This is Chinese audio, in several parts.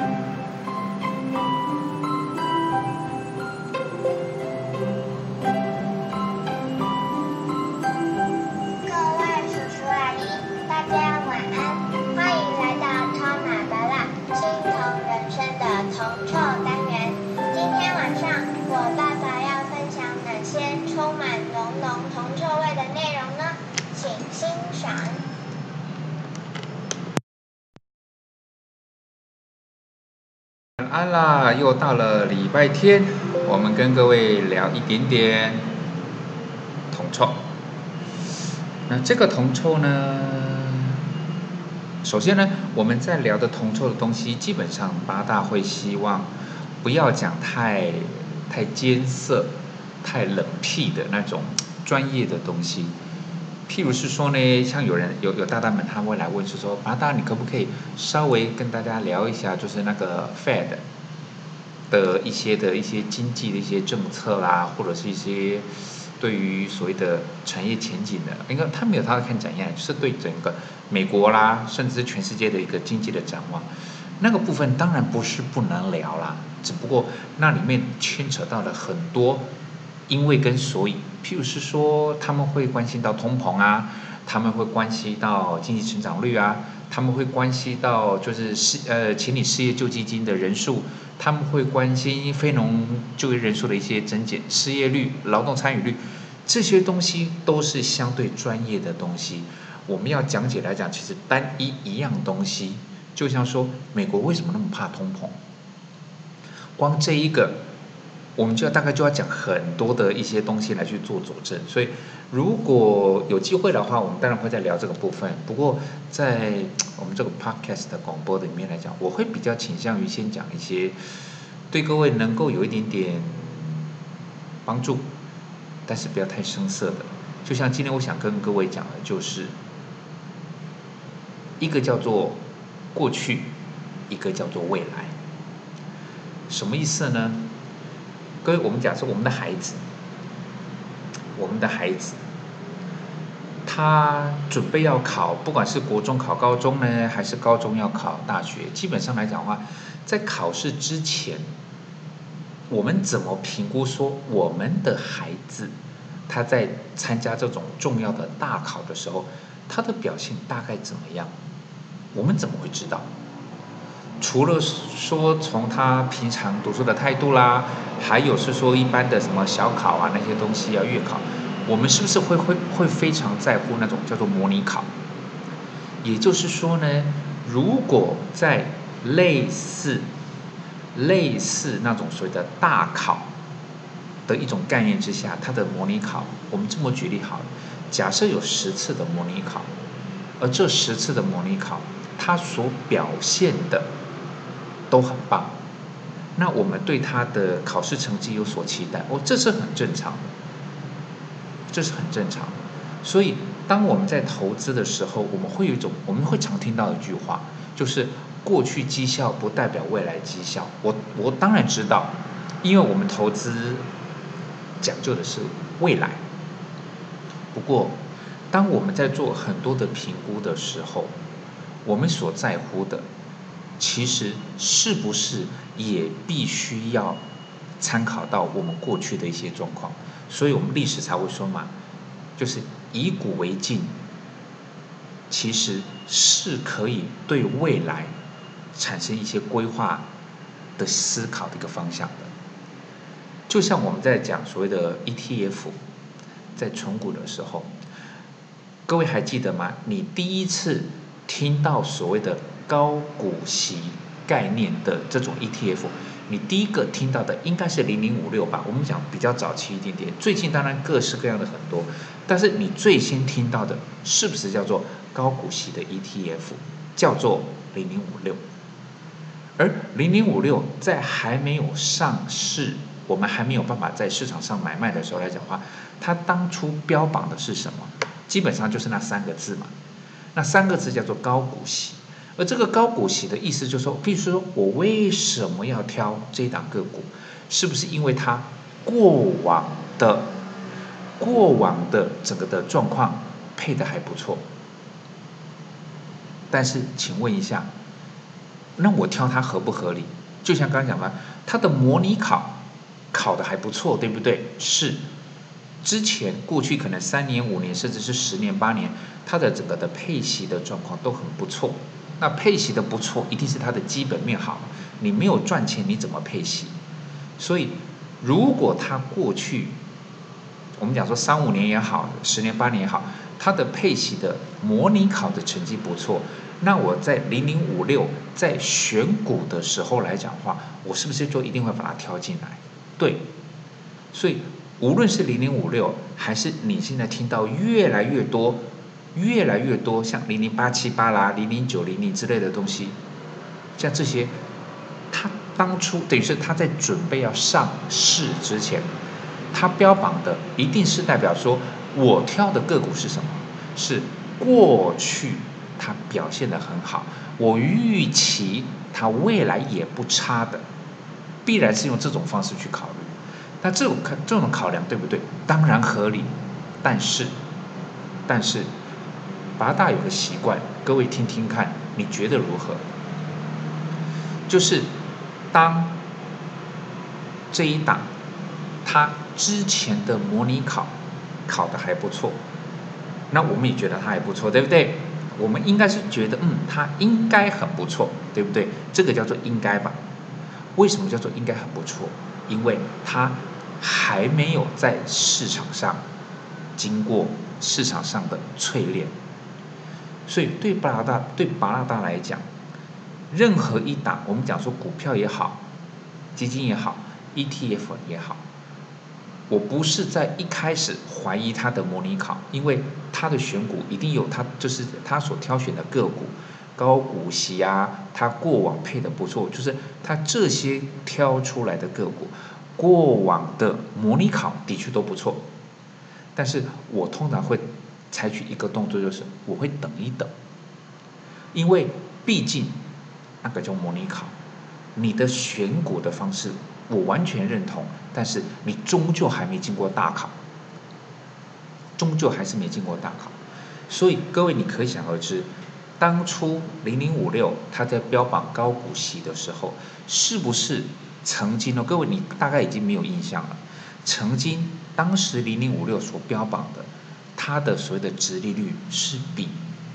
晚安啦，又到了礼拜天，我们跟各位聊一点点铜臭。那这个铜臭呢，首先呢，我们在聊的铜臭的东西，基本上八大会希望不要讲太艰涩、太冷僻的那种专业的东西。譬如是说呢，像有大大们他会来问是说，八大你可不可以稍微跟大家聊一下，就是那个 Fed 的一些经济的一些政策啦，或者是一些对于所谓的产业前景的，应该他没有他看展样，就是对整个美国啦，甚至全世界的一个经济的展望。那个部分当然不是不能聊啦，只不过那里面牵扯到了很多因为跟所以，譬如是说他们会关心到通膨啊，他们会关系到经济成长率啊，他们会关系到就是情侣失业救济金的人数，他们会关心非农就业人数的一些增减、失业率、劳动参与率，这些东西都是相对专业的东西。我们要讲解来讲，其实单一样东西，就像说美国为什么那么怕通膨，光这一个。我们大概就要讲很多的一些东西来去做佐证，所以如果有机会的话，我们当然会再聊这个部分。不过在我们这个 podcast 的广播里面来讲，我会比较倾向于先讲一些对各位能够有一点点帮助，但是不要太生涩的。就像今天我想跟各位讲的，就是一个叫做过去，一个叫做未来。什么意思呢？各位，我们假设我们的孩子，他准备要考，不管是国中考高中呢，还是高中要考大学，基本上来讲的话，在考试之前，我们怎么评估说我们的孩子他在参加这种重要的大考的时候，他的表现大概怎么样？我们怎么会知道？除了说从他平常读书的态度啦，还有是说一般的什么小考啊那些东西啊月考，我们是不是会非常在乎那种叫做模拟考？也就是说呢，如果在类似那种所谓的大考的一种概念之下，它的模拟考，我们这么举例好了，假设有10次的模拟考，而这10次的模拟考，它所表现的都很棒，那我们对他的考试成绩有所期待，这是很正常的，这是很正常的。所以，当我们在投资的时候，我们会常听到一句话，就是过去绩效不代表未来绩效。我当然知道，因为我们投资讲究的是未来。不过，当我们在做很多的评估的时候，我们所在乎的，其实是不是也必须要参考到我们过去的一些状况？所以我们历史才会说嘛，就是以古为镜，其实是可以对未来产生一些规划的思考的一个方向的。就像我们在讲所谓的 ETF， 在存股的时候，各位还记得吗？你第一次听到所谓的高股息概念的这种 ETF， 你第一个听到的应该是0056吧？我们讲比较早期一点点，最近当然各式各样的很多，但是你最先听到的是不是叫做高股息的 ETF， 叫做0056？而0056在还没有上市，我们还没有办法在市场上买卖的时候来讲的话，它当初标榜的是什么？基本上就是那3个字嘛，那3个字叫做高股息。而这个高股息的意思就是说，譬如说我为什么要挑这一档个股，是不是因为它过往的整个的状况配得还不错？但是请问一下， 那我挑它合不合理？就像刚刚讲的，它的模拟考得还不错，对不对？是。之前过去可能3年、5年，甚至是10年、8年，它的整个的配息的状况都很不错。那配息的不错，一定是它的基本面好。你没有赚钱，你怎么配息？所以，如果它过去，我们讲说3、5年也好，10年、8年也好，它的配息的模拟考的成绩不错，那我在0056在选股的时候来讲话，我是不是就一定会把它挑进来？对，所以无论是0056，还是你现在听到越来越多像00878啦、00900之类的东西，像这些，它当初等于是它在准备要上市之前，它标榜的一定是代表说，我挑的个股是什么？是过去它表现得很好，我预期它未来也不差的，必然是用这种方式去考虑。那这种考量对不对？当然合理，但是，八大有个习惯，各位听听看，你觉得如何？就是当这一档它之前的模拟考得还不错，那我们也觉得它还不错，对不对？我们应该是觉得，它应该很不错，对不对？这个叫做应该吧？为什么叫做应该很不错？因为它还没有在市场上经过市场上的淬炼，所以对巴拉大来讲，任何一档我们讲说股票也好，基金也好 ，ETF 也好，我不是在一开始怀疑它的模拟考，因为它的选股一定有它就是它所挑选的个股，高股息啊，它过往配的不错，就是它这些挑出来的个股，过往的模拟考的确都不错，但是我通常会采取一个动作，就是我会等一等，因为毕竟那个叫模拟考，你的选股的方式我完全认同，但是你终究还没经过大考，终究还是没经过大考，所以各位你可想而知，当初0056它在标榜高股息的时候，是不是曾经呢？各位你大概已经没有印象了，曾经当时0056所标榜的，它的所谓的殖利率是比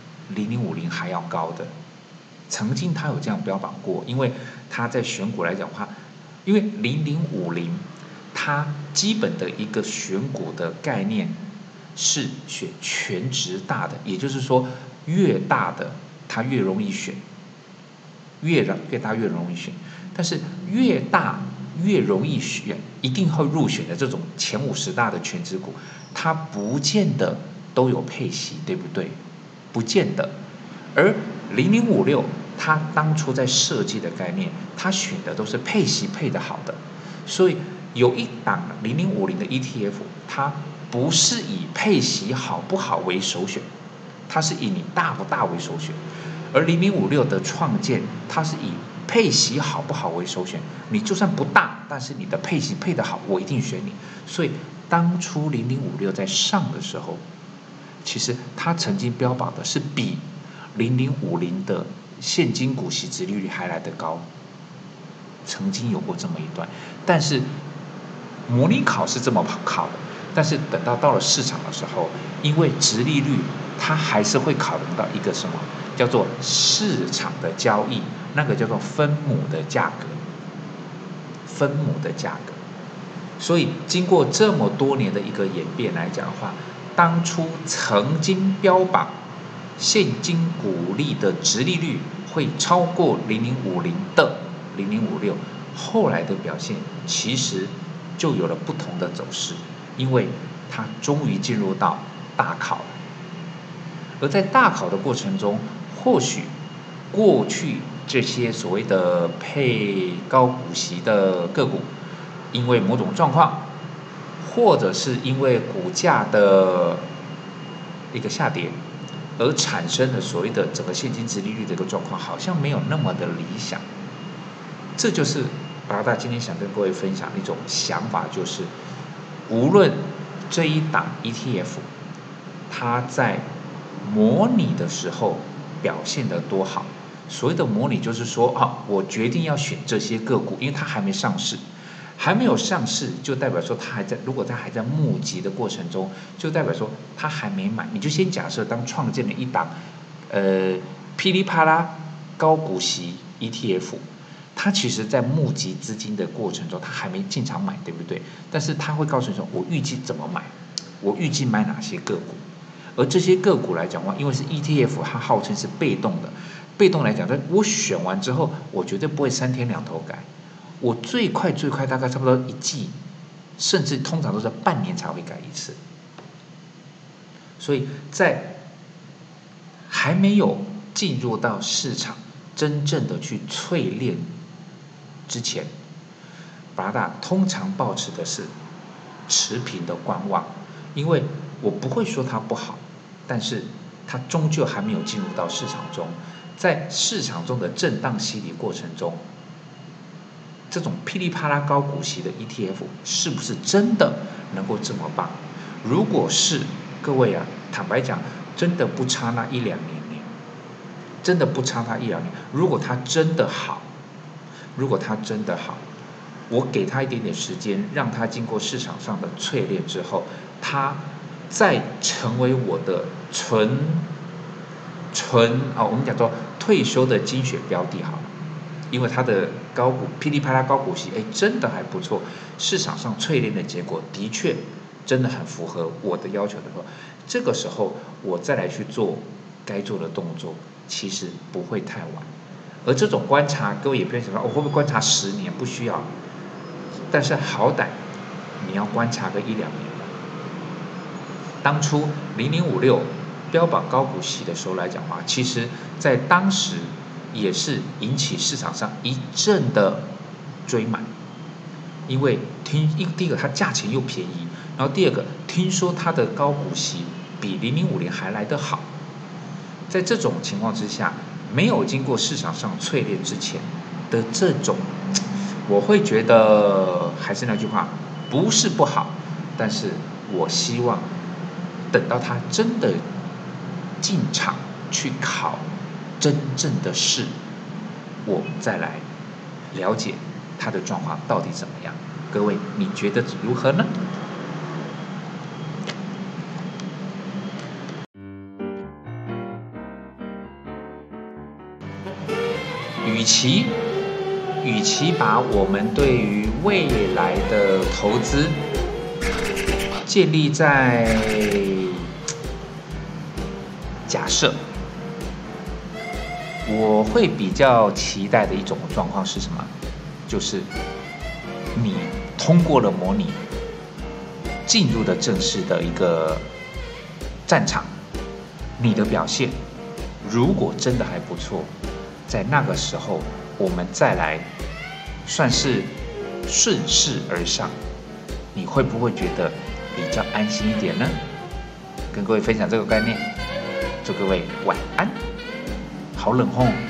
0050还要高的。曾经他有这样标榜过，因为他在选股来讲的话，因为0050它基本的一个选股的概念是选全值大的，也就是说越大的它越容易选，越大越容易选，但是越大越容易选，一定会入选的这种前50大的全值股，它不见得都有配息，对不对？不见得，而0056它当初在设计的概念，它选的都是配息配得好的，所以有一档0050的 ETF， 它不是以配息好不好为首选，它是以你大不大为首选，而0056的创建，它是以配息好不好为首选，你就算不大，但是你的配息配得好，我一定选你。所以当初0056在上的时候，其实它曾经标榜的是比0050的现金股息殖利率还来得高，曾经有过这么一段，但是模拟考是这么考的，但是等到了市场的时候，因为殖利率它还是会考虑到一个什么叫做市场的交易，那个叫做分母的价格，分母的价格。所以经过这么多年的一个演变来讲的话，当初曾经标榜现金股利的殖利率会超过0050的0056，后来的表现其实就有了不同的走势，因为它终于进入到大考了。而在大考的过程中，或许过去这些所谓的配高股息的个股，因为某种状况，或者是因为股价的一个下跌，而产生的所谓的整个现金殖利率的一个状况，好像没有那么的理想。这就是八大今天想跟各位分享一种想法，就是无论这一档 ETF 它在模拟的时候表现得多好， 所谓的模拟就是说啊，我决定要选这些个股，因为它还没上市，还没有上市就代表说它还在，如果它还在募集的过程中，就代表说它还没买。你就先假设当创建了一档噼里啪啦高股息 ETF， 它其实在募集资金的过程中，它还没进场买，对不对？但是它会告诉你说，我预计怎么买，我预计买哪些个股。而这些个股来讲的话，因为是 ETF， 它号称是被动的，被动来讲，我选完之后，我绝对不会3天2头改，我最快大概差不多1季，甚至通常都是半年才会改一次。所以在还没有进入到市场真正的去淬炼之前，八大通常抱持的是持平的观望，因为我不会说它不好，但是它终究还没有进入到市场中，在市场中的震荡洗礼过程中，这种噼里啪啦高股息的 ETF 是不是真的能够这么棒？如果是，各位啊，坦白讲，真的不差那1-2年，真的不差它1-2年。如果它真的好，我给它一点点时间，让它经过市场上的淬炼之后，它再成为我的我们讲说退休的精选标的好了，因为它的高股噼里啪啦高股息，真的还不错，市场上淬炼的结果的确真的很符合我的要求的时候，这个时候我再来去做该做的动作，其实不会太晚。而这种观察，各位也不用想说，我会不会观察10年？不需要，但是好歹你要观察个1-2年吧。当初0056标榜高股息的时候来讲的话，其实在当时也是引起市场上一阵的追买，因为第一个它价钱又便宜，然后第二个听说它的高股息比0050还来得好。在这种情况之下，没有经过市场上淬炼之前的这种，我会觉得还是那句话，不是不好，但是我希望等到他真的进场去考真正的试，我再来了解他的状况到底怎么样。各位，你觉得如何呢？与其把我们对于未来的投资建立在假设，我会比较期待的一种状况是什么？就是你通过了模拟，进入了正式的一个战场，你的表现如果真的还不错，在那个时候我们再来算是顺势而上，你会不会觉得比较安心一点呢？跟各位分享这个概念，祝各位晚安。好冷哦。